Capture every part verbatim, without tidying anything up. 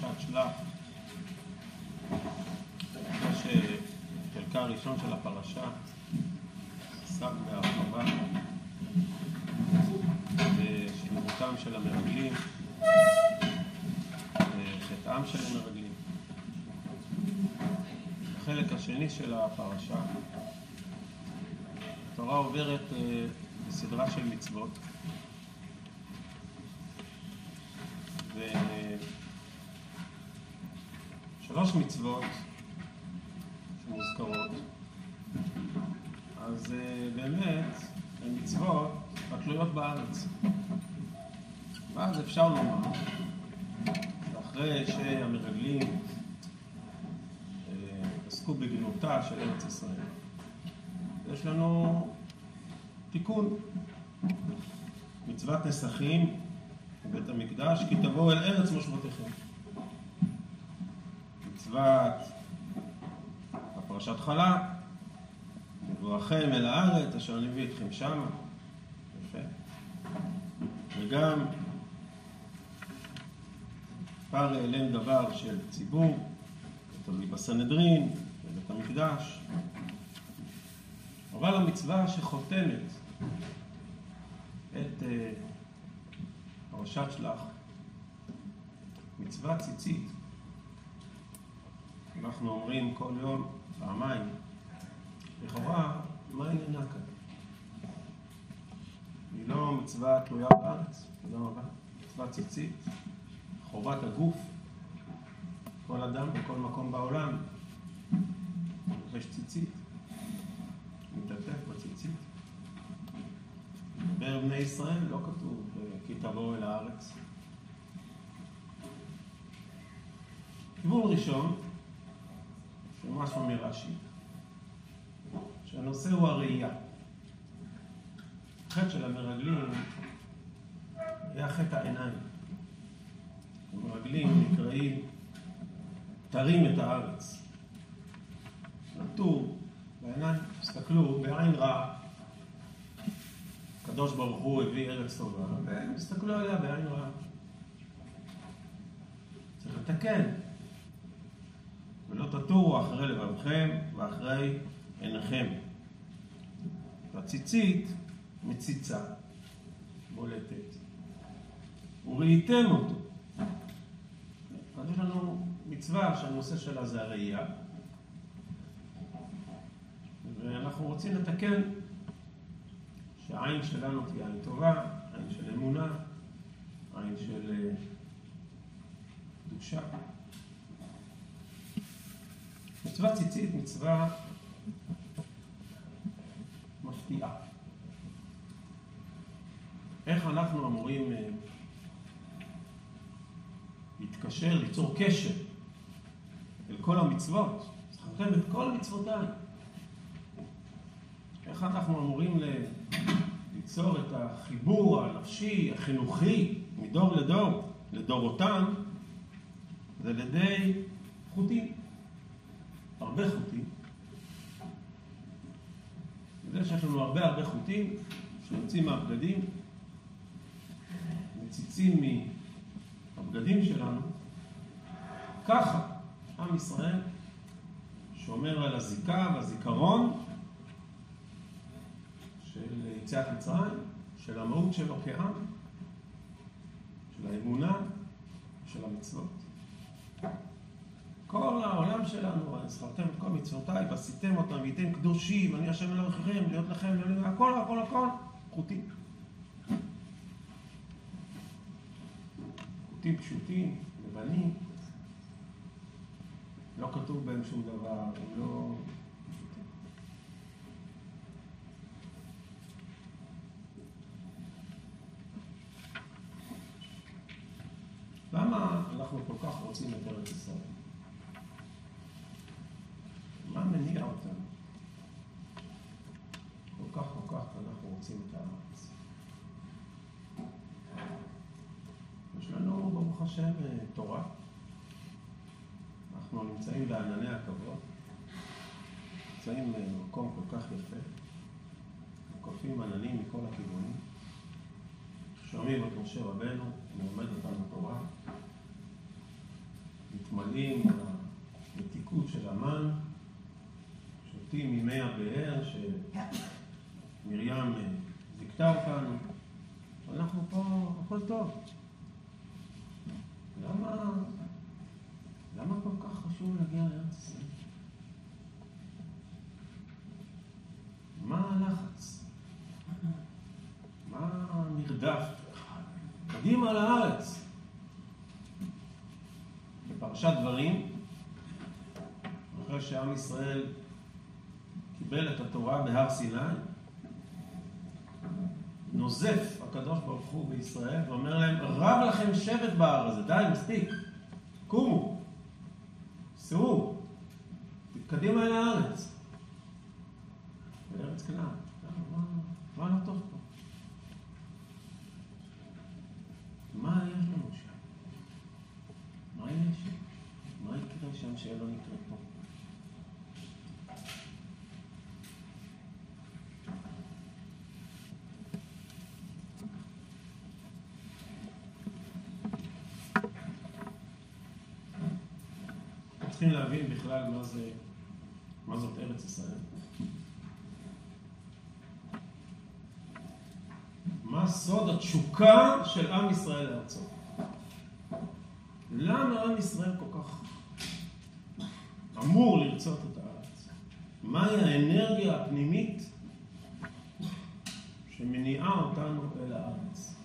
פרשת שלח. אחרי שחלקה הראשון של הפרשה עסק בהרחבה בשלמותם של המרגלים, חטאם של המרגלים. בחלק השני של הפרשה התורה עוברת בסדרה של מצוות, ושלוש מצוות שמוזכרות, אז באמת הן מצוות התלויות בארץ. ואז אפשר לומר, אחרי שהמרגלים עסקו בגנותה של ארץ ישראל, יש לנו תיקון. מצוות נסכים בבית המקדש, כי תבואו אל ארץ מושבותיכם. מצוות הפרשת חלה, מבואכם אל הארץ אשר אני מביא אתכם שמה. יפה. וגם פר אליהם דבר של ציבור, תלוי בסנהדרין, בבית המקדש. אבל המצווה שחותמת את uh, פרשת שלח, מצווה ציצית. אנחנו אומרים כל יום פעמיים, לכאורה, מה עניינה כאן? היא לא מצווה תלויה בארץ, תודה רבה. מצווה ציצית, חובת הגוף, כל אדם בכל מקום בעולם יש ציצית, מתעטף בציצית. דבר בני ישראל לא כתוב כי תבואו אל הארץ. כיוון ראשון, שמשהו מרש"י, שהנושא הוא הראייה. החטא של המרגלים היה חטא העיניים. המרגלים נקראים תרים את הארץ. נטו בעיניים, הסתכלו בעין רע. הקדוש ברוך הוא הביא ארץ טובה, והם הסתכלו עליה בעין רע. צריך לתקן. ולא תטורו אחרי לבבכם ואחרי עיניכם. והציצית מציצה, בולטת. וראיתם אותו. אז יש לנו מצווה שהנושא שלה זה הראייה. ואנחנו רוצים לתקן שהעין שלנו תהיה עין טובה, עין של אמונה, עין של קדושה. מצווה ציצית, מצווה מפתיעה. איך אנחנו אמורים להתקשר, ליצור קשר אל כל המצוות? זכרתם את כל מצוותיי. איך אנחנו אמורים ליצור את החיבור הנפשי, החינוכי, מדור לדור, לדורותם, זה לידי חוטים. הרבה חוטים. זה שיש לנו הרבה הרבה חוטים שיוצאים מהבגדים, מציצים מהבגדים שלנו. ככה עם ישראל שומר על הזיקה והזיכרון של יציאת מצרים, של המהות שלו כעם, של האמונה, של המצוות. כל העולם שלנו, זכרתם את כל מצוותיי, ועשיתם אותם, והייתם קדושים, אני השם אלוהיכם, להיות לכם, להיות הכל, הכל, הכל, חוטים. חוטים פשוטים, לבנים. לא כתוב בהם שום דבר, הם לא... למה אנחנו כל כך רוצים את ארץ ישראל? מה מניע אותנו? כל כך כל כך אנחנו רוצים את הארץ. יש לנו ברוך השם תורה. אנחנו נמצאים בענני הכבוד. נמצאים במקום כל כך יפה. קופים עננים מכל הכיוונים. שומעים את משה רבנו, מלמד אותנו תורה. מתמלאים במתיקות של המן, שותים ממי הבאר שמרים זיקתה אותנו. אנחנו פה, הכל טוב. למה, למה כל כך חשוב להגיע לארץ ישראל? מה הלחץ? מה המרדף? קדימה לארץ. בפרשת דברים, אחרי שעם ישראל קיבל את התורה בהר סיני, נוזף הקדוש ברוך הוא בישראל ואומר להם, רב לכם שבט בהר הזה, די, מספיק, קומו, סעו, תתקדימה אל הארץ. בארץ כנען, מה, מה לא טוב פה? מה יש לנו שם? מה יש שם? מה יקרה שם שלא נקרה פה? צריכים להבין בכלל מה זה, מה זאת ארץ ישראל. מה סוד התשוקה של עם ישראל לארצו? למה עם ישראל כל כך אמור לרצות את הארץ? מהי האנרגיה הפנימית שמניעה אותנו אל הארץ?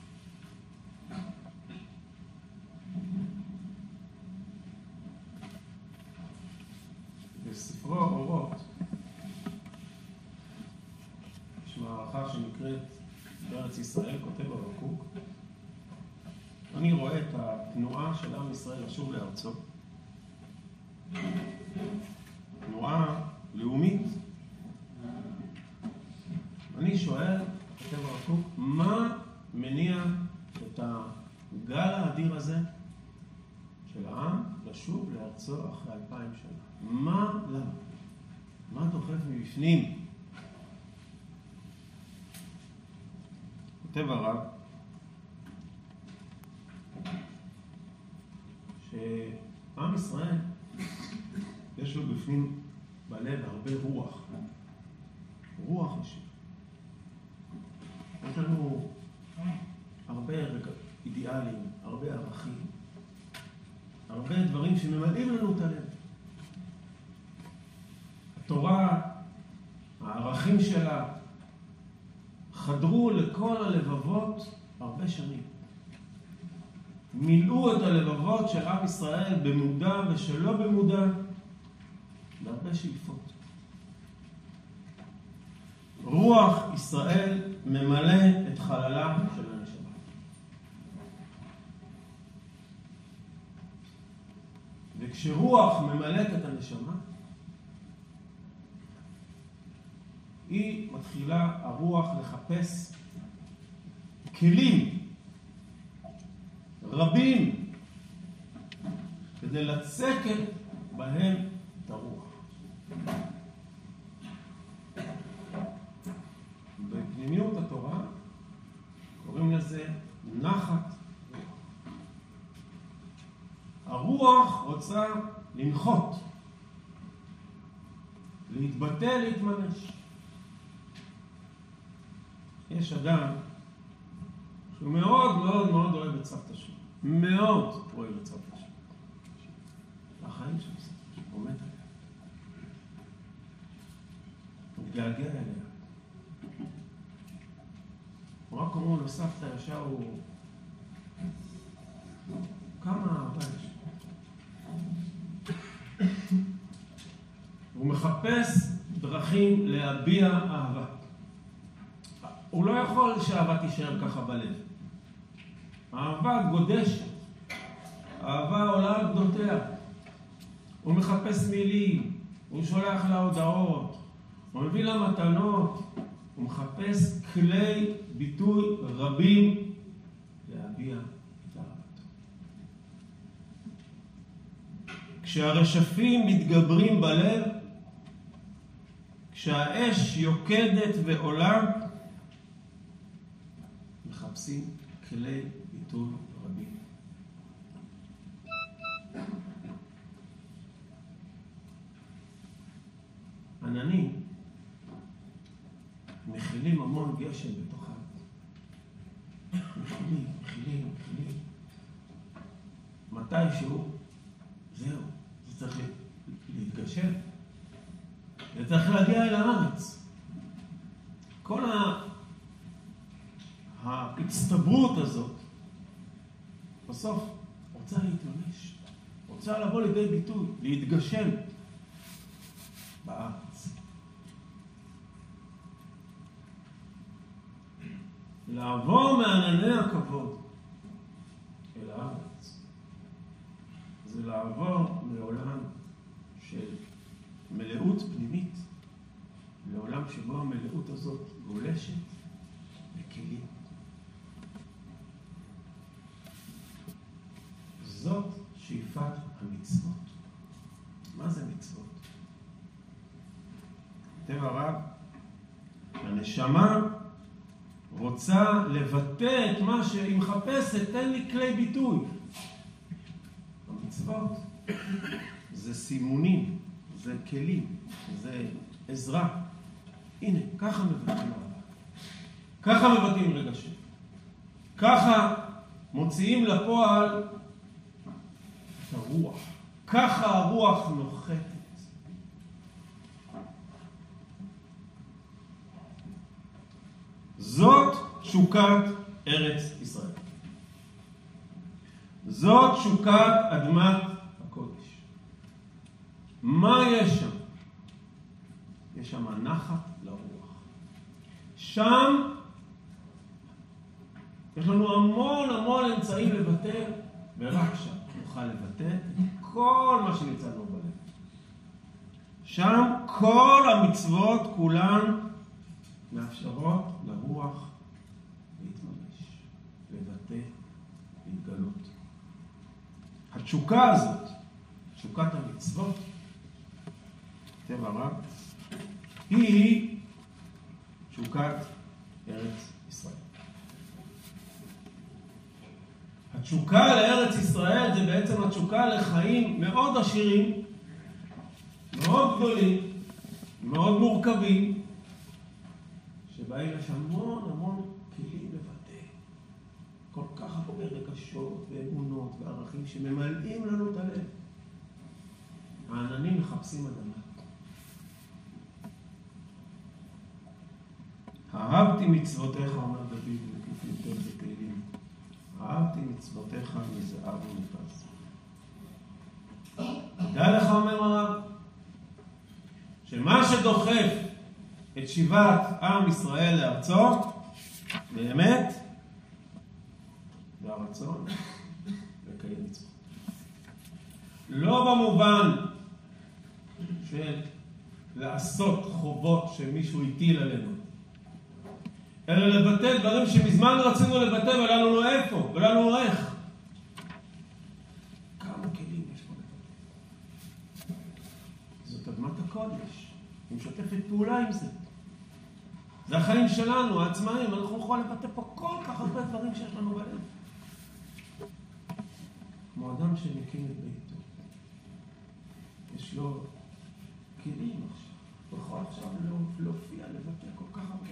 בספרו אורות יש מערכה שנקראת בארץ ישראל, כותב הרב, אני רואה את התנועה של עם ישראל לשוב לארצו. תנועה לאומית. אני שואל, כותב הרב, מה מניע את הגל האדיר הזה של העם לשוב לארצו אחרי אלפיים שנה? מה, למה? מה דוחף מבפנים? כותב הרב שעם ישראל יש לו בפנים בלב הרבה רוח, רוח השם. יש לנו הרבה אידיאלים, הרבה ערכים, הרבה דברים שממלאים לנו את הלב. התורה, הערכים שלה, חדרו לכל הלבבות הרבה שנים. מילאו את הלבבות של עם ישראל במודע ושלא במודע בהרבה שאיפות. רוח ישראל ממלא את חללה של הנשמה. וכשרוח ממלאת את הנשמה, היא מתחילה הרוח לחפש כלים רבים כדי לצקת בהם את הרוח. בפנימיות התורה קוראים לזה נחת רוח. הרוח רוצה לנחות, להתבטא, להתממש. יש אדם שהוא מאוד מאוד מאוד אוהב את סבתא שלו. מאוד אוהב את סבתא שלו. החיים של סבתא שלו, עומד עליה. הוא מתגעגע אליה. הוא רק אומר לו, סבתא ישר הוא... כמה אהבה יש. הוא מחפש דרכים להביע אהבה. הוא לא יכול שהאהבה תישאר ככה בלב. האהבה גודשת. האהבה עולה על גדותיה. הוא מחפש מילים. הוא שולח לה הודעות. הוא מביא לה מתנות. הוא מחפש כלי ביטוי רבים להביע את אהבתו. כשהרשפים מתגברים בלב, כשהאש יוקדת ועולה, מחפשים כלי ביטוי רבים. העננים מכילים המון גשם בתוכם. מכילים, מכילים, מכילים. מתישהו, זהו, זה צריך להתגשם. זה צריך להגיע אל הארץ. כל ההצטברות הזאת, בסוף, רוצה להתממש. רוצה לבוא לידי ביטוי, להתגשם בארץ. לעבור מענני הכבוד אל הארץ. זה לעבור מעולם של מלאות פנימית, לעולם שבו המלאות הזאת גולשת בכלים. זאת שאיפת המצוות. מה זה מצוות? כותב הרב, הנשמה רוצה לבטא את מה שהיא מחפשת, תן לי כלי ביטוי. המצוות זה סימונים, זה כלים, זה עזרה. הנה, ככה מבטאים הרבה. ככה מבטאים רגשות. ככה מוציאים לפועל את הרוח. ככה הרוח נוחתת. זאת תשוקת ארץ ישראל. זאת תשוקת אדמת הקודש. מה יש שם? יש שם נחת לרוח. שם יש לנו המון המון אמצעים לבטא, ורק שם נוכל לבטא את כל מה שנמצא לנו בלב. שם כל המצוות כולן מאפשרות לרוח להתממש, לבטא, להתגלות. התשוקה הזאת, תשוקת המצוות, טבע רב, היא תשוקת ארץ ישראל. התשוקה לארץ ישראל זה בעצם התשוקה לחיים מאוד עשירים, מאוד גדולים, מאוד מורכבים, שבאים יש המון המון כלים לבטא. כל כך הרבה רגשות ואמונות וערכים שממלאים לנו את הלב. העננים מחפשים אדמה. אהבתי מצוותיך, אומר דוד בק"ט בתהילים. אהבתי מצוותיך מזהב ומפז. תדע לך, אומר הרב, שמה שדוחף את שיבת עם ישראל לארצו, באמת, זה הרצון לקיים מצוות. לא במובן של לעשות חובות שמישהו הטיל עלינו, אלא לבטא דברים שמזמן רצינו לבטא ולא לנו לא איפה, ולא לנו לא איך. כמה כלים יש פה לבטא. זאת אדמת הקודש. היא משתפת פעולה עם זה. זה החיים שלנו, העצמאים. אנחנו יכולים לבטא פה כל כך הרבה דברים שיש לנו בלב. כמו אדם שמקים את ביתו. יש לו כלים עכשיו. הוא יכול עכשיו להופיע, לבטא כל כך הרבה.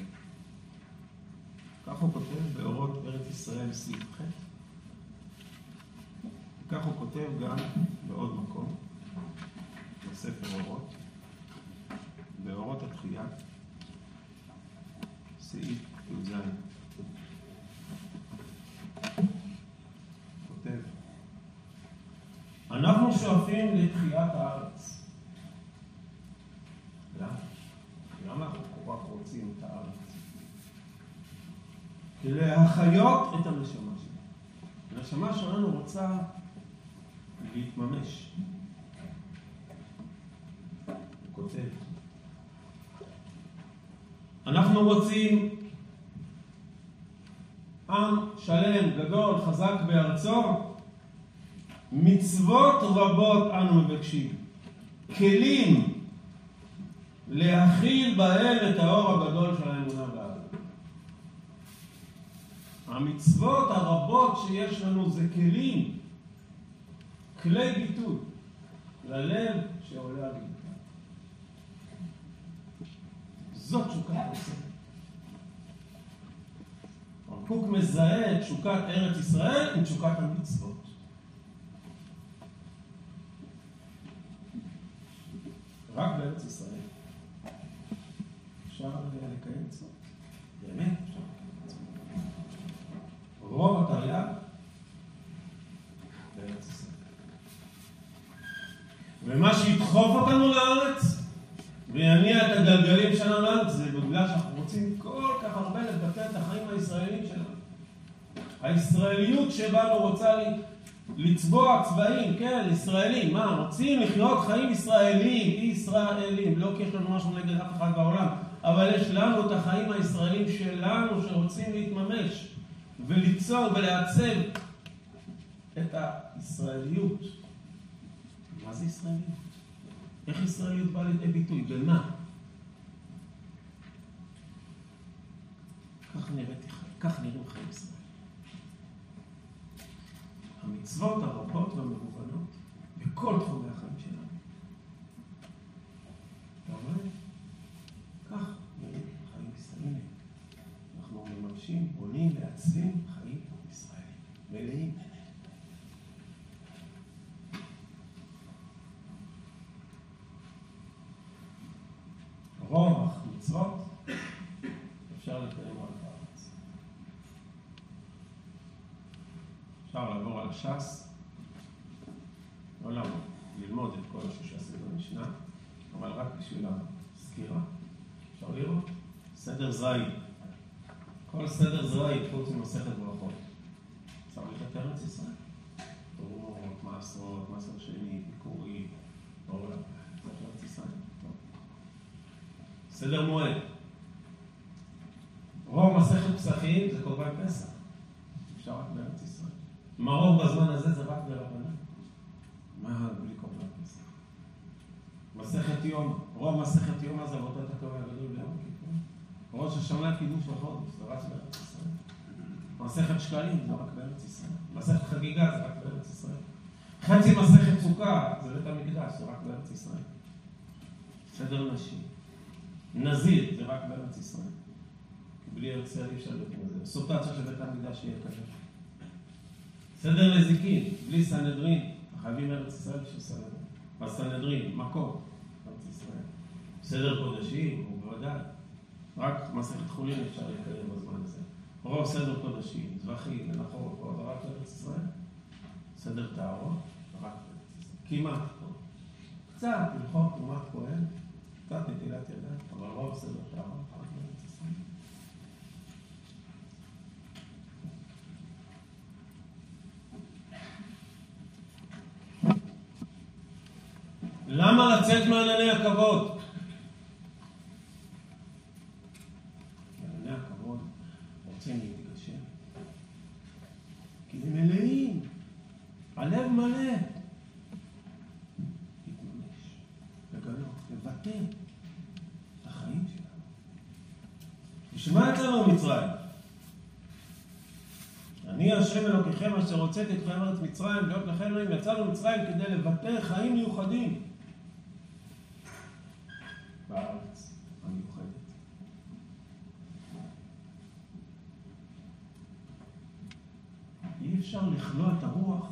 כך הוא כותב באורות ארץ ישראל סעיף ח'. וכך הוא כותב גם בעוד מקום, בספר אורות, באורות התחייה, סעיף י"ז. כותב, אנחנו שואפים לתחיית הארץ. למה? למה אנחנו כל כך רוצים את הארץ? להחיות את הנשמה שלנו. הנשמה שלנו רוצה להתממש. הוא כותב, אנחנו רוצים עם שלם, גדול, חזק בארצו, מצוות רבות אנו מבקשים, כלים להכיל בהם את האור הגדול של האמונה בארץ. המצוות הרבות שיש לנו זה כלים, כלי ביטוי, ללב שעולה על גלתה. זאת תשוקת ישראל. הרב קוק מזהה את תשוקת ארץ ישראל עם תשוקת המצוות. רק בארץ ישראל אפשר לקיים מצוות. באמת אפשר לקיים מצוות. רוב התרי"ג בארץ ישראל. ומה שידחוף אותנו לארץ ויניע את הגלגלים שלנו לארץ זה בגלל שאנחנו רוצים כל כך הרבה לבטא את החיים הישראליים שלנו. הישראליות שבנו רוצה לי לצבוע צבעים, כן, ישראלים, מה? רוצים לחיות חיים ישראלים, ישראלים, לא כי יש לנו משהו נגד אף אחד בעולם, אבל יש לנו את החיים הישראלים שלנו שרוצים להתממש וליצור ולעצב את הישראליות. מה זה ישראליות? איך ישראליות באה לידי ביטוי? במה? כך נראיתי חיים, כך נראים חיים ישראל. המצוות הרבות והמגוונות בכל תחומי החיים שלנו. אתה אומר? כך נראים חיים ישראלים. אנחנו מממשים, בונים, מעצבים חיים ישראלים. מלאים. רוב המצוות אפשר לקיים רק בארץ. אפשר לעבור על הש"ס, לא לעבור, ללמוד את כל הש"ס במשנה, אבל רק בשביל הסקירה. אפשר לראות סדר זרעים. כל סדר זרעים חוץ ממסכת ברכות. אפשר לראות ארץ ישראל. תרומות, מעשרות, מעשר שני, ביקורי, בעולם. זה ארץ ישראל. סדר מועד. רוב מסכת פסחים זה קורבן פסח. אפשר רק בארץ ישראל. מרוב בזמן הזה זה רק ברבנן. מה בלי קורבן פסח? מסכת יום. רוב מסכת יום הזה עבודת הכהן הגדול ביום כיפור. ראש השנה קידוש לחודש זה רק בארץ ישראל. מסכת שקלים זה רק בארץ ישראל. מסכת חגיגה זה רק בארץ ישראל. חצי מסכת סוכה זה בית המקדש זה רק בארץ ישראל. סדר נשים. נזיר, זה רק בארץ ישראל. בלי ארץ ישראל אי אפשר להיות נזיר. סוטה צריך לבית המקדש שיהיה כזה. סדר נזיקין, בלי סנהדרין. חייבים ארץ ישראל בשביל סנהדרין. הסנהדרין, מקום, ארץ ישראל. סדר קודשים, הוא בוודאי. רק מסכת חולין אפשר לקיים בזמן הזה. רוב סדר קודשים, זבחים, מלאכות, עוד רק בארץ ישראל. סדר טהרות, רק בארץ ישראל. כמעט פה. קצת, הלכות, תרומת כהן. קצת נטילת ידיים, אבל רוב סדר טהרות, רק בארץ ישראל. למה לצאת מענני הכבוד? מענני הכבוד רוצים להתגשם. כי הם מלאים, הלב מלא. להתממש, לגלות, לבטא את החיים שלנו. ושמה יצאנו ממצרים? אני השם אלוקיכם אשר הוצאתי אתכם מארץ מצרים, להיות לכם אלוהים. יצאנו מצרים כדי לבטא חיים מיוחדים בארץ המיוחדת. אי אפשר לכלוא את הרוח,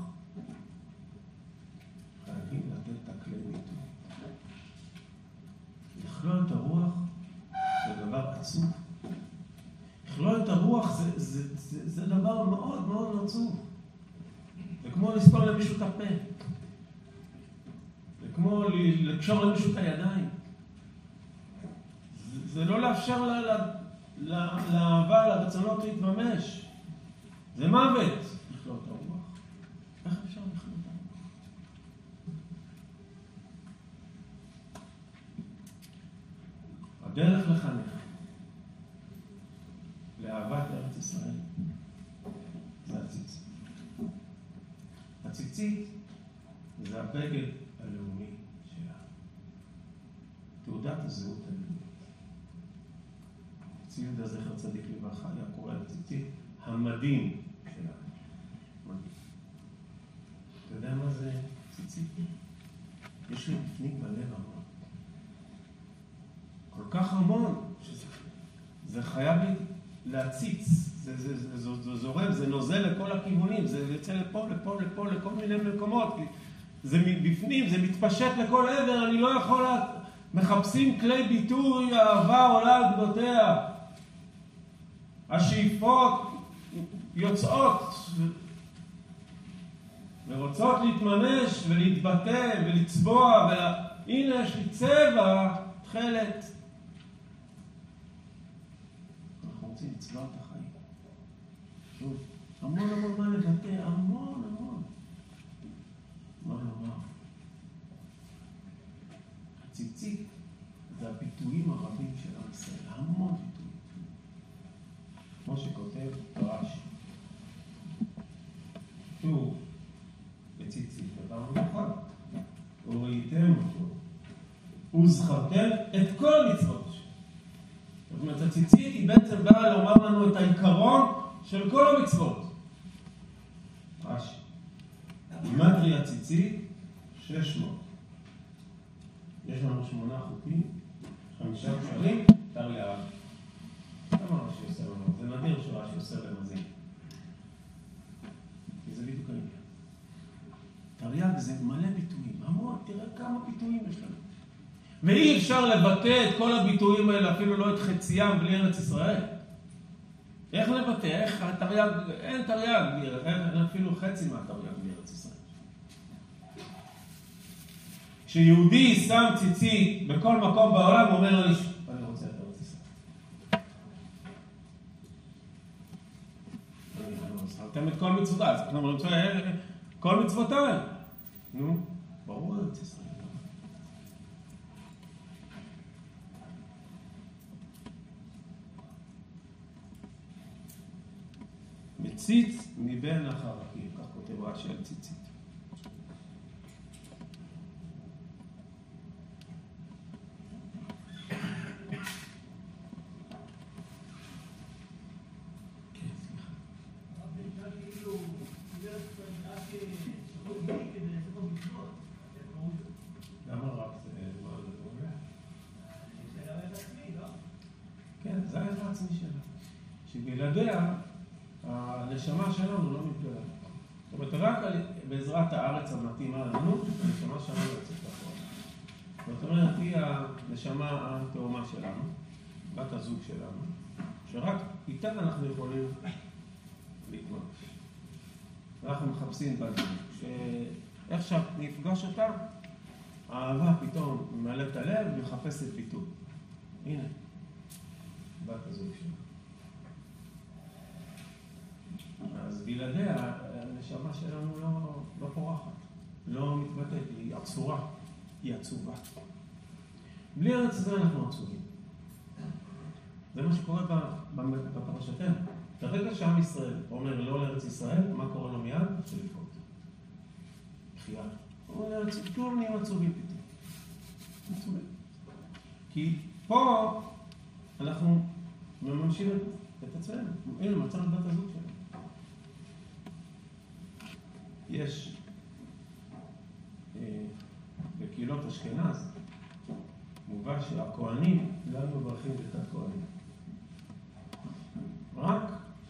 חייבים לתת את הכלי ביטוי. לכלוא את הרוח זה דבר עצוב. לכלוא את הרוח זה, זה, זה, זה דבר מאוד מאוד עצוב. זה כמו לספור למישהו את הפה. זה כמו לקשור למישהו את הידיים. זה, זה לא לאפשר לה, לה, לה, לאהבה, לרצונות להתממש. זה מוות. לכלוא את הרוח. איך אפשר לכלוא את הרוח? הדרך לחנך לאהבת ארץ ישראל זה הציצית. הציצית זה הבגד הלאומי שלה. תעודת הזהות הלאומית. ציוד הזכר צדיק לברכה היה קורא לציצית המדים שלה. מדים. אתה יודע מה זה ציצית? יש לי בפנים בלב המון. כל כך המון שזה זה חייב להציץ, זה, זה, זה, זה, זה זורם, זה נוזל לכל הכיוונים, זה יוצא לפה, לפה, לפה, לכל מיני מקומות, זה מבפנים, זה מתפשט לכל עבר, אני לא יכול לה... מחפשים כלי ביטוי, אהבה עולה על גדותיה. השאיפות יוצאות ורוצות להתממש ולהתבטא ולצבוע, והנה יש לי צבע, תחלת. אנחנו רוצים לצבוע את החיים. שוב, המון המון מה לבטא, המון המון. מה לומר? הציצית זה הביטויים הרבים של עם ישראל, המון ביטויים. כמו שכותב רש"י. שוב, בציצית, דבר מיוחד. וראיתם אותו, וזכרתם את כל המצוות. זאת אומרת, הציצית היא בעצם באה לומר לנו את העיקרון של כל המצוות. רש"י. גימטריה הציצית, שש מאות. יש לנו שמונה חוקים, חמישה קשרים, תרי"ג. למה רש"י עושה לנו? זה נדיר שרש"י עושה רמזים. כי זה בדיוק העניין. תרי"ג זה מלא ביטויים. המון, תראה כמה ביטויים יש לנו. ואי אפשר לבטא את כל הביטויים האלה, אפילו לא את חציים בלי ארץ ישראל. איך לבטא? איך התרי"ג? אין תרי"ג, אין אפילו חצי מהתרי"ג בלי ארץ ישראל. כשיהודי שם ציצית בכל מקום בעולם, הוא אומר לו, אני רוצה את ארץ ישראל. אתם את כל מצוותיי, אז אנחנו רוצים כל מצוותיי. נו, ברור ארץ ישראל. מציץ מבין החרקים, כך כותב רש"י על ציצית. שבלעדיה, הנשמה שלנו לא מתגלה. זאת אומרת, רק בעזרת הארץ המתאימה לנו, הנשמה שלנו יוצאת לפועל. זאת אומרת, היא הנשמה התאומה שלנו, בת הזוג שלנו, שרק איתה אנחנו יכולים להתממש. אנחנו מחפשים בת זוג, שאיך שנפגוש אותה, האהבה פתאום ממלאת את הלב ומחפשת ביטוי. הנה, בת הזוג שלנו. אז בלעדיה, הנשמה שלנו לא, לא פורחת, לא מתבטאת, היא עצורה, היא עצובה. בלי ארץ ישראל אנחנו עצובים. זה מה שקורה בפרשתנו. ברגע שעם ישראל אומר לא לארץ ישראל, מה קורה לו מיד? של לבכות. בחייה. הוא אומר, כלום נהיים עצובים פתאום. עצובים. כי פה אנחנו מממשים את עצמנו. הנה, מצאנו בת הזוג שלנו. יש אה, בקהילות אשכנז מובא שהכהנים לא מברכים את הכהנים. רק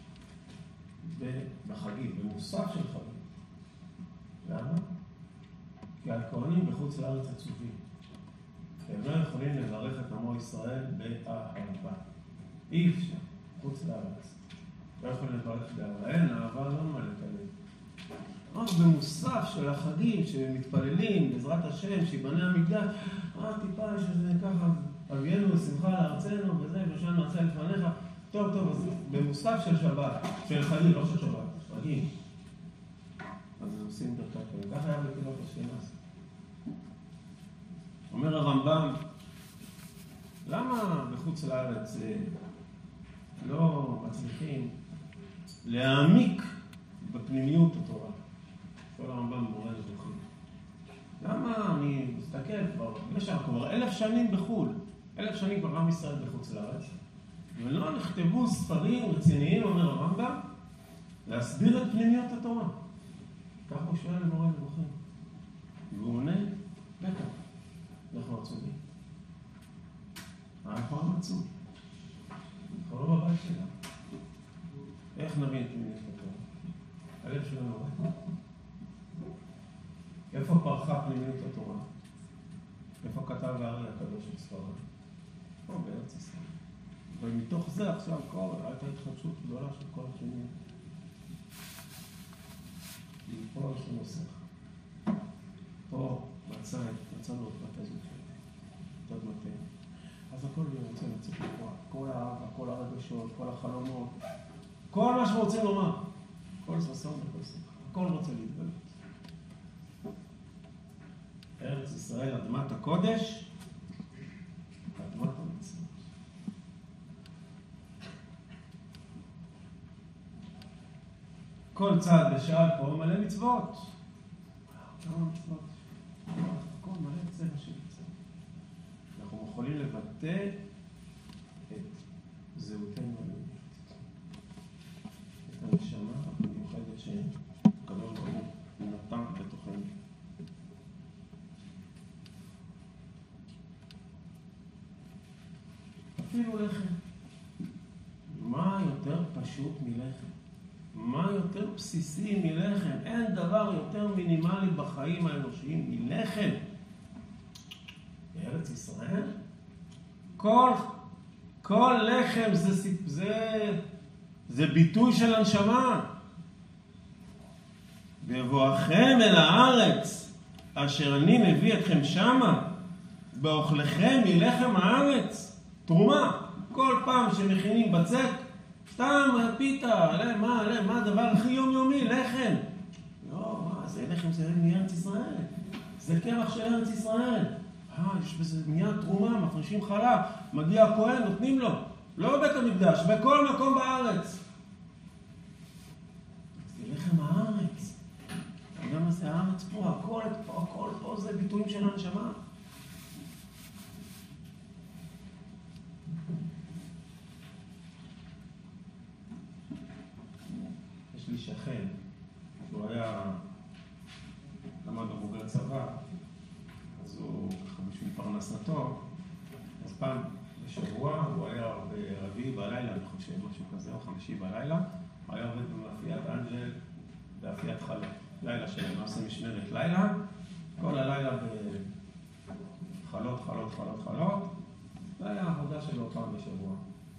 בחגים, במוסף של חגים. למה? כי הכהנים בחוץ לארץ עצובים. הם לא יכולים לברך את עמו ישראל באהבה. אי אפשר, חוץ לארץ. לא יכולים לברך באהבה. אין, אהבה לא מלא כלב. רק במוסף של החגים שמתפללים בעזרת השם, שיבנה המקדש, אה, טיפה יש איזה ככה, אבינו ושמחה לארצנו וזה, ושם נעשה לפניך. טוב, טוב, אז במוסף של שבת, של חגים, לא של שבת, חגים. אז עושים דרכת כאלה. ככה היה בקהילות אשכנז. אומר הרמב"ם, למה בחוץ לארץ לא מצליחים להעמיק בפנימיות התורה? כל הרמב"ם מורה לזוכים. למה אני מסתכל כבר, במשך כבר אלף שנים בחו"ל, אלף שנים כבר עם ישראל בחוץ לארץ, ולא נכתבו ספרים רציניים, אומר הרמב"ם, להסביר את פנימיות התורה. כך הוא שואל למורה לזוכים. והוא עונה, בטח, אנחנו עצובים. אנחנו עם עצוב. אנחנו לומדים את התורה? איפה כתב הארי הקדוש את ספרד? פה בארץ ישראל. ומתוך זה עכשיו כל, הייתה התחדשות גדולה של כל השנים. פה יש לנו שכל. פה מצא, מצאנו את בת הזוג שלה. את עוד מטה. אז הכל אני רוצה לצאת לפועל. כל האהבה, כל הרגשות, כל החלומות. כל מה שרוצה לומר. כל ששון וכל שמחה. הכל רוצה להתגלות. ארץ ישראל, אדמת הקודש, אדמת המצוות. כל צעד בשעל פה מלא מצוות. כמה מצוות? הכל מלא צבע של מצוות. אנחנו יכולים לבטא את זהותנו הלאומית. את הנשמה המיוחדת שקדוש ברוך הוא נתן בתוכנו. אפילו לחם. מה יותר פשוט מלחם? מה יותר בסיסי מלחם? אין דבר יותר מינימלי בחיים האנושיים מלחם. בארץ ישראל? כל, כל לחם זה, זה, זה ביטוי של הנשמה. בבואכם אל הארץ, אשר אני מביא אתכם שמה, באוכלכם מלחם הארץ. תרומה, כל פעם שמכינים בצק, סתם פיתה, עלה, מה, עלה, מה הדבר הכי יומיומי? לחם. לא, מה, זה לחם, זה מארץ ישראל. זה קרח של ארץ ישראל. אה, יש בזה מיד תרומה, מפרישים חלב, מגיע הכהן, נותנים לו. לא בבית המקדש, בכל מקום בארץ. זה לחם הארץ. אתה יודע מה זה הארץ פה? הכל פה, הכל פה זה ביטויים של הנשמה. יש לי שכן, שהוא היה למד בבוגר צבא, אז הוא ככה בשביל פרנסתו, אז פעם בשבוע הוא היה ברביעי בלילה, אני חושב, משהו כזה, או חמישי בלילה, הוא היה עובד במאפיית אנג'ל באפיית חלות. לילה שלהם, עושה משמרת לילה, כל הלילה בחלות, חלות, חלות, חלות, זה היה העבודה שלו פעם בשבוע.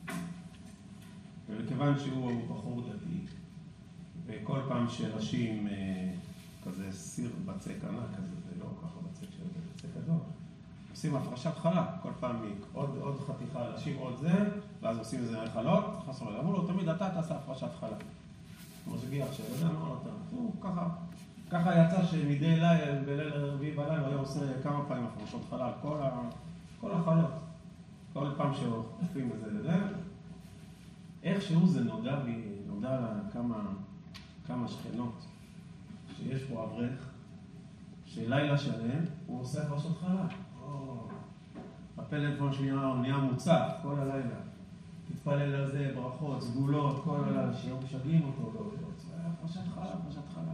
וכיוון שהוא בחור דתי, וכל פעם שראשים כזה סיר בצק ענק כזה, זה לא ככה בצק של בצק גדול, עושים הפרשת חלה, כל פעם עוד, עוד חתיכה להשיב עוד זה, ואז עושים איזה חלות, חסר לו, אמרו לו, תמיד אתה תעשה הפרשת חלה. כמו שגיח שלא אמרו לו, הוא ככה, ככה יצא שמדי לילה, בליל רביעי בלילה, הוא היה עושה כמה פעמים הפרשות חלה, כל, ה, כל החלות, כל פעם שעושים את זה לזה, איכשהו זה נודע לי, נודע לה כמה, כמה שכנות, שיש פה אברך, שלילה שלם הוא עושה הפרשות חלה. הפלאפון שלי נהיה מוצף כל הלילה. תתפלל על זה, ברכות, סגולות, כל הלילה, שיהיו משגעים אותו להודות. זה היה הפרשת חלה, הפרשת חלה.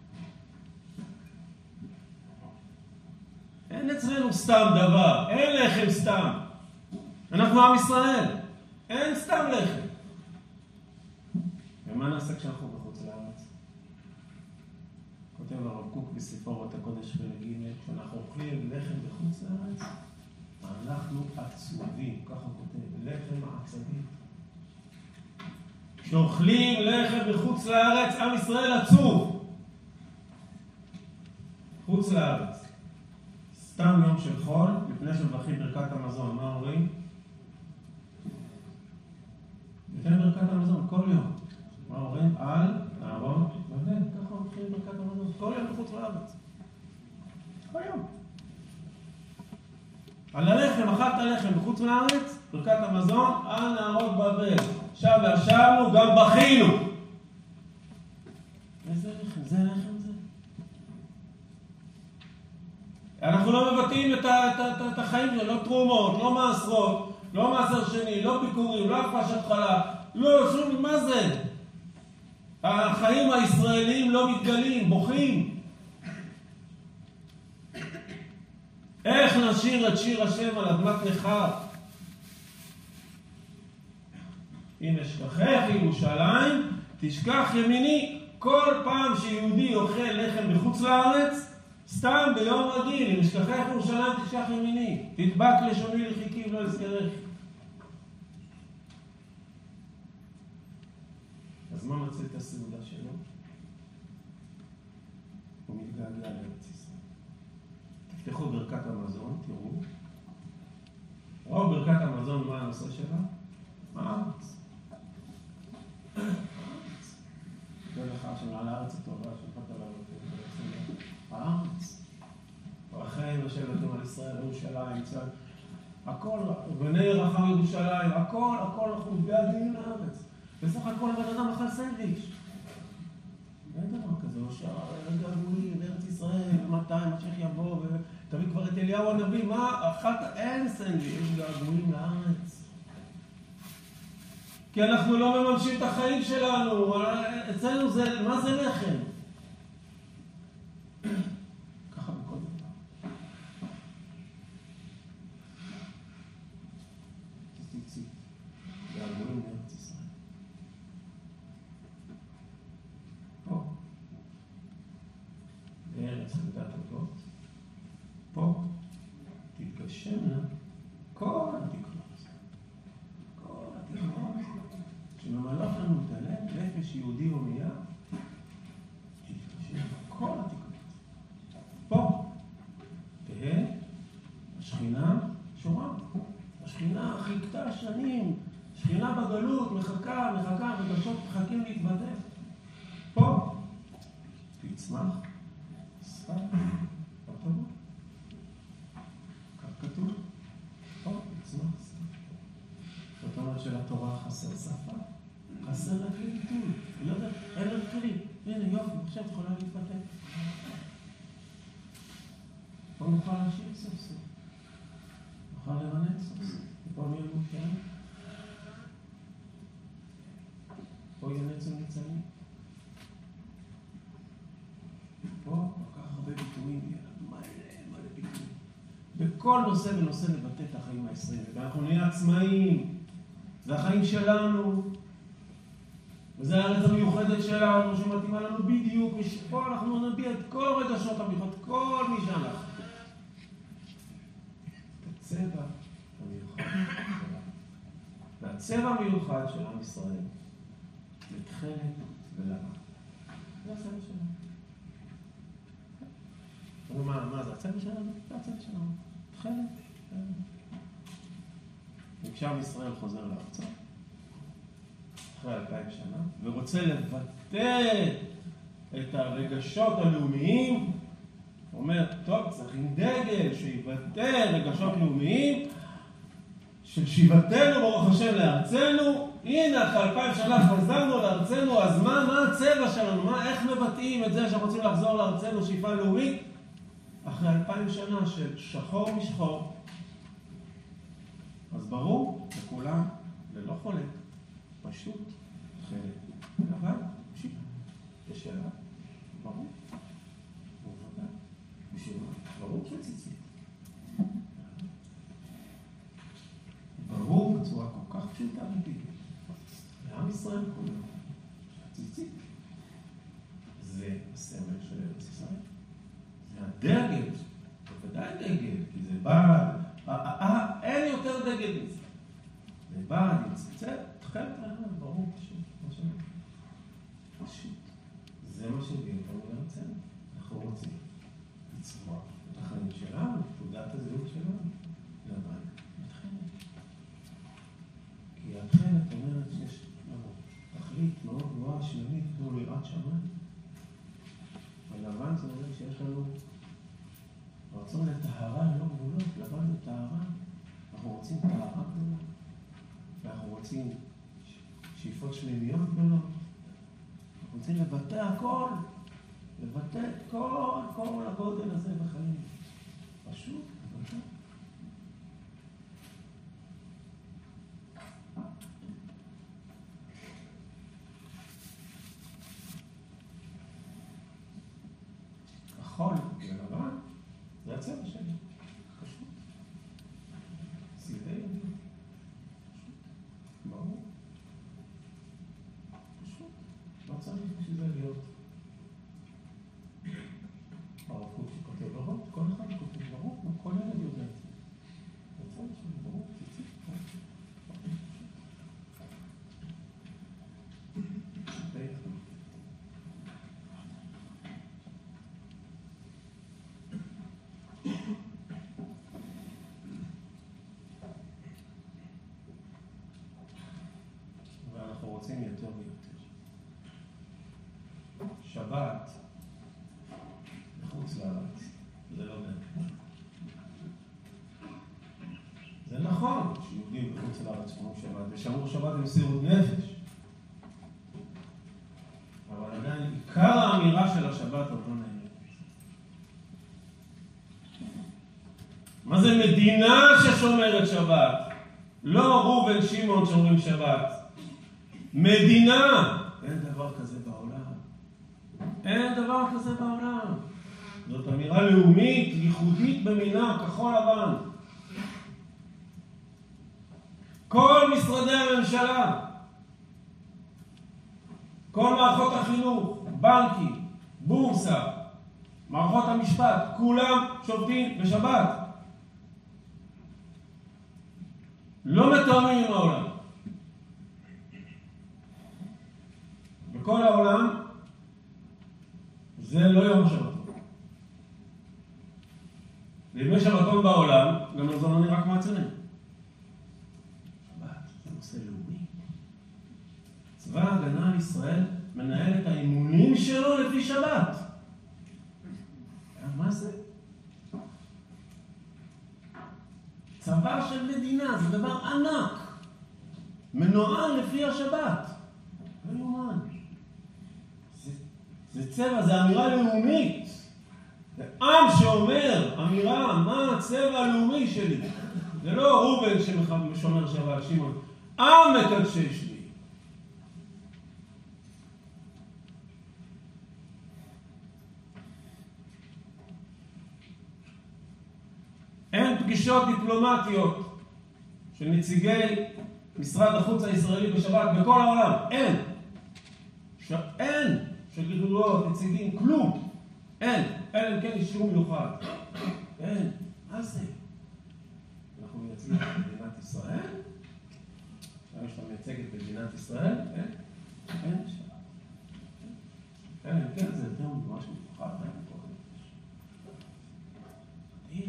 אין אצלנו סתם דבר, אין לחם סתם. אנחנו עם ישראל, אין סתם לחם. ומה נעשה כשאנחנו בחוץ לארץ? כותב הרב קוק בספרות הקודש חלק ג', כשאנחנו אוכלים לחם בחוץ לארץ, אנחנו עצובים, ככה כותב, לחם העצבים. כשאוכלים לחם בחוץ לארץ, עם ישראל עצוב. חוץ לארץ. סתם יום של חול, לפני שמברכים ברכת המזון, מה אומרים? לפני ברכת המזון, כל יום. מה אומרים? על נערון בבל, ככה הולכים ברכת המזון, כל יום בחוץ לארץ. כל יום. על הלחם, אכלת לחם בחוץ לארץ, ברכת המזון, על נערות בבל. עכשיו ישבנו, גם בכינו. איזה לחם? זה לחם זה? אנחנו לא מבטאים את, את, את, את החיים שלנו, לא תרומות, לא מעשרות, לא מעשר שני, לא ביקורים, לא הפרשת חלה, לא שום, מה זה? החיים הישראלים לא מתגלים, בוכים. איך נשיר את שיר השם על אדמת נכר? אם אשכחך ירושלים, תשכח ימיני. כל פעם שיהודי אוכל לחם בחוץ לארץ, סתם ביום רגיל, אם אשכחך ירושלים תשכח ימיני, תדבק לשוני לחיקי ולא אזכרך. אז מה מצא את הסעודה שלו? הוא מתגעגע לארץ ישראל. תפתחו ברכת המזון, תראו. ראו ברכת המזון, מה הנושא שלה? הארץ. הארץ. זה לך שמעל הארץ הטובה, שפת עליו את הארץ. רחל יושבתם על ישראל, ירושלים, צד. הכל, בני רחם ירושלים, הכל, הכל אנחנו מתגעגעים לארץ. בסך הכל הבן אדם אכל סנדוויץ'. אין דבר כזה, או שהגעגועים בארץ ישראל, מתי משיח יבוא, ותביא כבר את אליהו הנביא, מה? אכלת? אין סנדוויץ', יש געגועים לארץ. כי אנחנו לא מממשים את החיים שלנו, אצלנו זה, מה זה לחם? ככה בכל דבר. תצאי, געגועים לארץ ישראל. פה, בארץ חמדת אותות, פה תתגשמנה כל התקנות. כל התקנות שממלאות לנו את הלב, נפש יהודי הומייה, תתגשמנה כל התקנות. פה תהא השכינה שורה. השכינה חיכתה שנים, שכינה בגלות, מחכה, מחכה, רגשות מחכים להתוודע. פה תצמח שפת התורה. כך כתוב, פה תצמח שפת. זאת אומרת שלתורה חסר שפה, חסר רק לביטוי. היא לא יודעת, אין לה כלי. הנה יופי, עכשיו את יכולה להתבטא. פה נוכל להשאיר סוף סוף. נוכל לרנן סוף סוף. פה מי אמור כאן? פה ינצו ניצנים. פה כל כך הרבה ביטויים, מלא מלא ביטויים. בכל נושא ונושא נבטא את החיים הישראלים. ואנחנו נהיה עצמאים. זה החיים שלנו. וזה הארץ המיוחדת שלנו, שמתאימה לנו בדיוק. ושפה אנחנו נביע את כל רגשות המיוחד, כל מי שאנחנו. את הצבע המיוחד שלנו. והצבע המיוחד של עם ישראל, זה תכלת ולבן. זה הצבע שלנו. מה, מה זה הצבע שלנו? זה הצבע שלנו. תכלת ולבן. וכשעם ישראל חוזר לארצו, אחרי אלפיים שנה, ורוצה לבטא את הרגשות הלאומיים, הוא אומר, טוב, צריכים דגל שיבטא רגשות לאומיים, של שיבתנו ברוך השם לארצנו. הנה, אחרי אלפיים שנה חזרנו לארצנו, אז מה, מה הצבע שלנו? מה, איך מבטאים את זה שאנחנו רוצים לחזור לארצנו, שאיפה לאומית? אחרי אלפיים שנה של שחור משחור, אז ברור לכולם, ללא חולק, פשוט, חלק, לבן, פשוט, בשאלה, ברור, ובוודאי, בשאלה, ברור שציצית. ברור בצורה כל כך פשוטה וטבעית. לעם ישראל כולו, הציצית, זה הסמל של ארץ ישראל. זה הדגל, בוודאי דגל, כי זה בא, אין יותר דגל מזה. זה בא, נצצת, תחלת לעם, ברור, פשוט, פשוט. זה מה שהביא אותנו לארצנו. אנחנו רוצים לצמוח את החיים שלנו, את תעודת הזהות שלנו, לבן. כי התחלת אומרת שיש לנו תכלית מאוד גבוהה, שלמית, כמו ליראת שמיים. הלבן זה אומר שיש לנו רצון לטהרה ללא גבולות. לבן זה טהרה. אנחנו רוצים טהרה גדולה. ואנחנו רוצים שאיפות שלמיות גדולות. אנחנו רוצים לבטא הכל. לבטא את כל, כל הגודל הזה בחיים. פשוט לבטא. כחול ולבן, זה הצבע שלי. פשוט. צבעי ימין. פשוט. ברור. פשוט. לא צריך בשביל זה להיות. הרב קוק שכותב רוצים יותר ויותר. שבת, מחוץ לארץ, זה לא באמת. זה נכון שיהודים בחוץ לארץ שמרו שבת, ושמרו שבת במסירות נפש. אבל עדיין עיקר האמירה של השבת עוד לא נאמרת. מה זה מדינה ששומרת שבת? לא ראובן שמעון שומרים שבת. מדינה! אין דבר כזה בעולם. אין דבר כזה בעולם. זאת אמירה לאומית, ייחודית במינה, כחול לבן. כל משרדי הממשלה, כל מערכות החינוך, בנקים, בורסה, מערכות המשפט, כולם שובתים בשבת. לא מתואמים עם העולם. בכל העולם זה לא יום השבתון. בימי שבתון בעולם, גם הזמנים רק מעצרים. שבת זה נושא לאומי. צבא ההגנה על ישראל מנהל את האימונים שלו לפי שבת. מה זה? צבא של מדינה, זה דבר ענק. מנוהל לפי השבת. לא יאומן. זה, זה צבע, זה אמירה לאומית. זה עם שאומר, אמירה, מה הצבע הלאומי שלי? זה לא ראובן ששומר שבת, שמעון. עם מקדשש לי. אין פגישות דיפלומטיות של נציגי משרד החוץ הישראלי בשבת בכל העולם. אין. ש... אין. שגרירויות, נציגים, כלום. אין. אין, כן, אישור מיוחד. אין. מה זה? אנחנו מייצגים את מדינת ישראל? עכשיו שאתה מייצג את מדינת ישראל? אין. אין. אין, כן, זה יותר ממש מיוחד. אין. אין.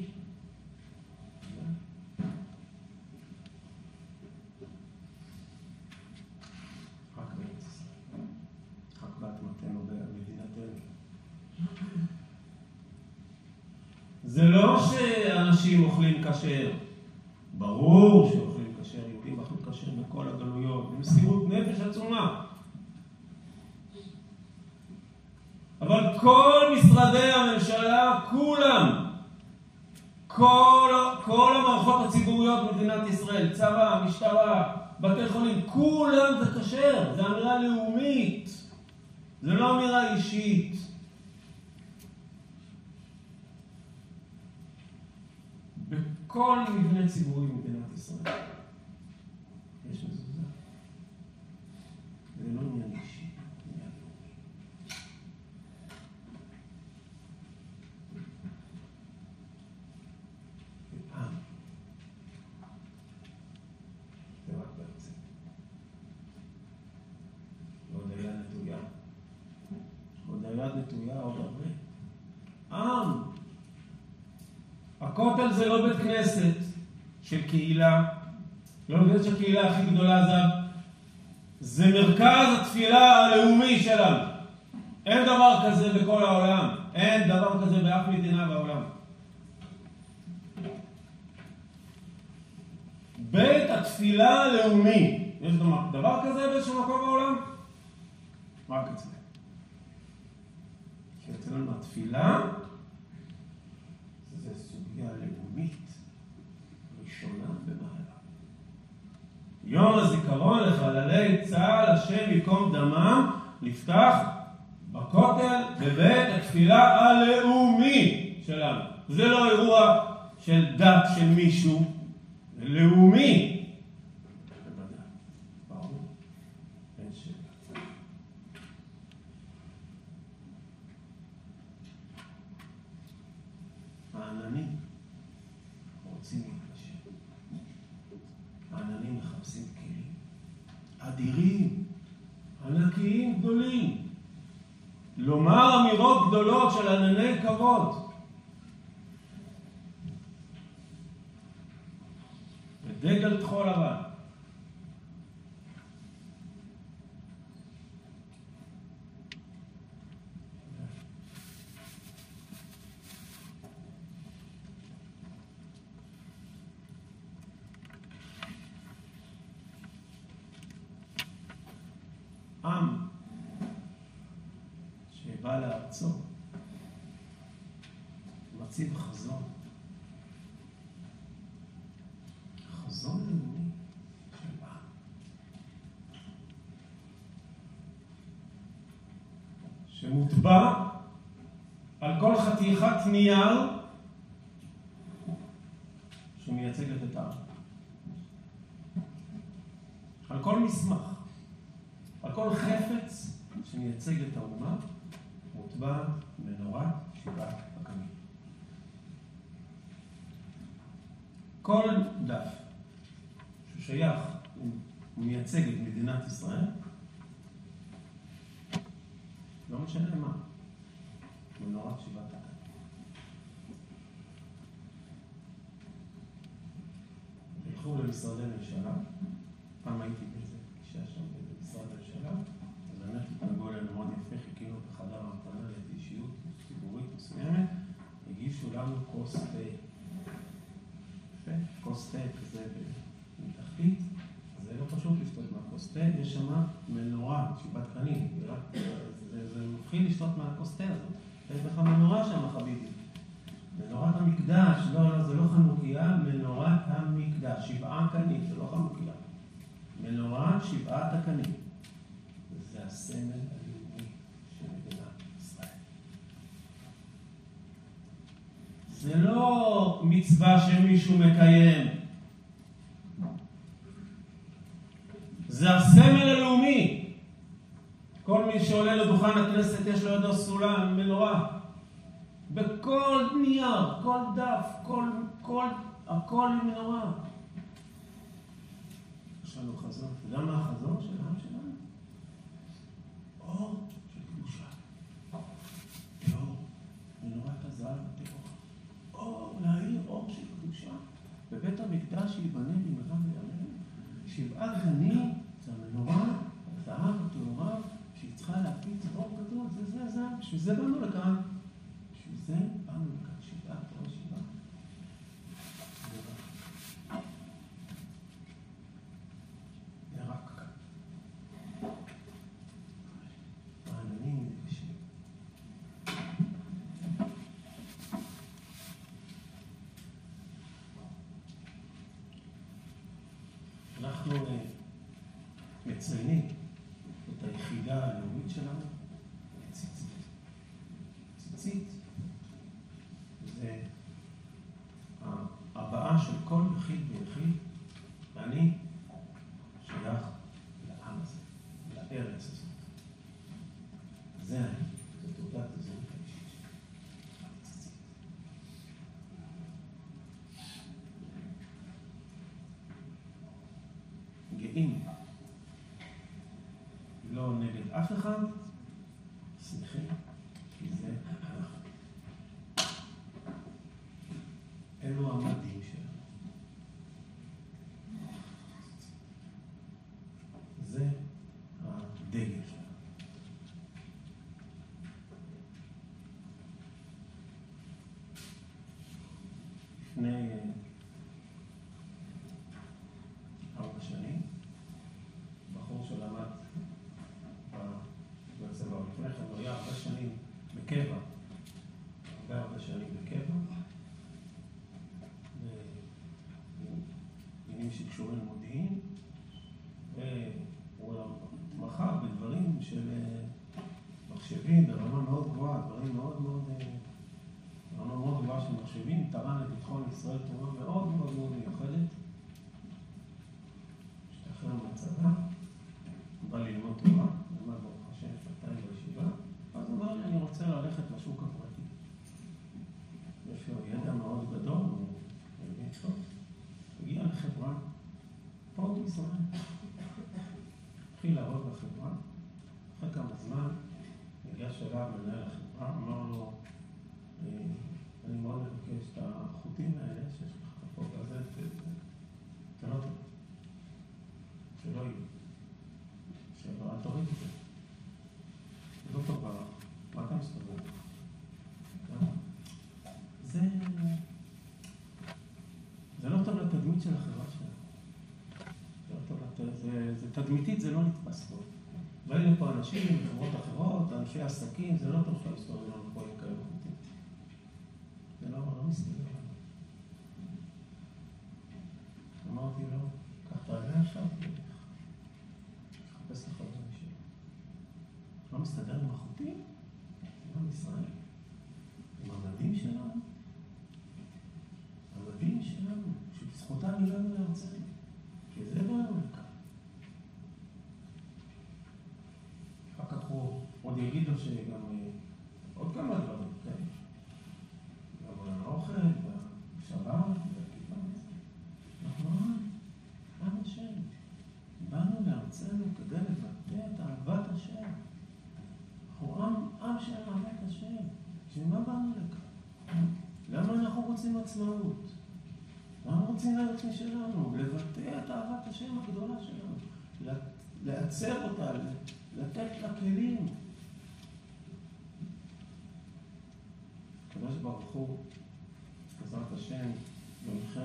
זה לא שאנשים אוכלים כשר. ברור שאוכלים כשר, יהודים אכלו כשר בכל הגלויות, במסירות נפש עצומה. אבל כל משרדי הממשלה, כולם, כל, כל המערכות הציבוריות במדינת ישראל, צבא, משטרה, בתי חולים, כולם זה כשר, זה אמירה לאומית, זה לא אמירה אישית. בכל מבנה ציבורי במדינת ישראל יש מזוזה. זה לא עניין אישי, זה עניין לאומי. ועם זה רק בארצה. עוד היד נטויה. עוד היד נטויה, עוד הרבה. עם. הכותל זה לא בית כנסת של קהילה, לא בית של קהילה הכי גדולה, זה, זה מרכז התפילה הלאומי שלנו. אין דבר כזה בכל העולם, אין דבר כזה באף מדינה בעולם. בית התפילה הלאומי, יש דבר כזה באיזשהו מקום בעולם? רק אצלנו. כי אצלנו התפילה זה סוגיה לאומית ראשונה במעלה. יום הזיכרון לחללי צה"ל, השם ייקום דמם, נפתח בכותל בבית התפילה הלאומי שלנו. זה לא אירוע של דת של מישהו, זה לאומי. העננים רוצים להתקשר. העננים מחפשים כלים אדירים, ענקיים גדולים. לומר אמירות גדולות של ענני כבוד. ודגל כחול לבן. ובא לארצו, מציב חזון. חזון לאומי של עם. שמוטבע על כל חתיכת נייר שמייצגת את העם. על כל מסמך, על כל חפץ שמייצג את האומה, מוטבע מנורת שבעת הקנים. כל דף ששייך ומייצג את מדינת ישראל, לא משנה מה, מנורת שבעת הקנים. תלכו למשרדי ממשלה, פעם הייתי באיזה פגישה שם במשרד הממשלה, אז באמת התנגעו אלינו מאוד יפה, חיכינו בחדר המתנה לאיזו אישיות ציבורית מסוימת, הגישו לנו כוס תה. יפה, כוס תה כזה מתחתית, אז זה לא פשוט לשתות מהכוס תה, יש שם מנורה, שבעת קנים, זה, זה מתחיל לשתות מהכוס תה הזאת, יש לך מנורה שם חביבי. מנורת המקדש, לא, לא, זה לא חנוכיה, מנורת המקדש, שבעה קנים, זה לא חנוכיה. מנורת שבעת הקנים. זה הסמל הלאומי של מדינת ישראל. זה לא מצווה שמישהו מקיים. זה הסמל הלאומי. כל מי שעולה לדוכן הכנסת יש לו ידו סולם, מנורה. בכל נייר, כל דף, כל, כל, הכל מנורה. יש לנו חזון. אתה יודע מה החזון של העם שלנו? אור של קדושה. אור, מנורת הזהב הטהורה. אור, להאיר אור של קדושה. בבית המקדש ייבנה במהרה בימינו. שבעה קנים זה המנורה, הזהב הטהורה, שהיא צריכה להפיץ אור גדול. זה, זה, זה. בשביל זה באנו לכאן. בשביל זה באנו לכאן. שבעה, תורה שבעה. אנחנו מציינים את היחידה הלאומית שלנו, ציצית. ציצית זה הבאה של כל יחיד ויחיד, ואני שייך לעם הזה, לארץ הזאת. זה אני, זו תעודת הזהות האישית שלי. ציצית. גאים. לא נגד אף אחד, שמחים, כי זה אנחנו. אלו המדים שלנו. זה הדגל שלנו. לפני ארבע שנים, בחור שלמד בצבא, לפני כן הוא היה הרבה שנים בקבע, הרבה הרבה שנים בקבע, בעניינים שקשורים למודיעין, והוא מחר בדברים של מחשבים ברמה מאוד גבוהה, דברים מאוד מאוד, ברמה מאוד גבוהה של מחשבים, תרם לביטחון ישראל תרומה מאוד מאוד מאוד מיוחדת. השתחרר מהצבא, בא ללמוד תורה, למד ברוך השם שנתיים בישיבה, אז אמר לי, אני רוצה ללכת לשוק הפרטי. יש לו ידע מאוד גדול, הוא מבין טוב. הגיע לחברה, פה בישראל. התחיל לעבוד בחברה, אחרי כמה זמן, ניגש אליו מנהל החברה, אמר לו, אני מאוד מבקש את החוטים האלה שיש לך פה כזה, תן אותו. שלא יהיו. שלא, אל תוריד את זה. זה לא טוב ברח. מה אתה מסתובב? זה... זה לא טוב לתדמית של החברה שלנו. זה לא טוב לתדמית, זה, זה תדמיתית, זה לא נתפס טוב. באים לפה אנשים, חברות אחרות, אנשי עסקים, זה לא טוב שההיסטוריה לא פה עם כאלה חוטים. זה לא, לא מסתדר. אמרתי לו, קח את העניין עכשיו, תחפש לך דברים שלו. לא מסתדר עם החוטים? זה עם ישראל. עם המדים שלנו. המדים שלנו, שבזכותם הגענו לארצנו. כי זה באנו לכאן. אחר כך הוא עוד יגיד לו שגם עוד כמה דברים, כן? גם האוכל, והשבת, והכיפה. אנחנו עם השם. באנו לארצנו כדי לבטא את אהבת השם. אנחנו עם, עם של אהבת השם. שמה באנו לכאן? למה אנחנו רוצים עצמאות? למה רוצים להיות משלנו? לבטא את אהבת השם הגדולה שלנו. לעצר אותה, לתת לה כלים. הקדוש ברוך הוא, בעזרת השם,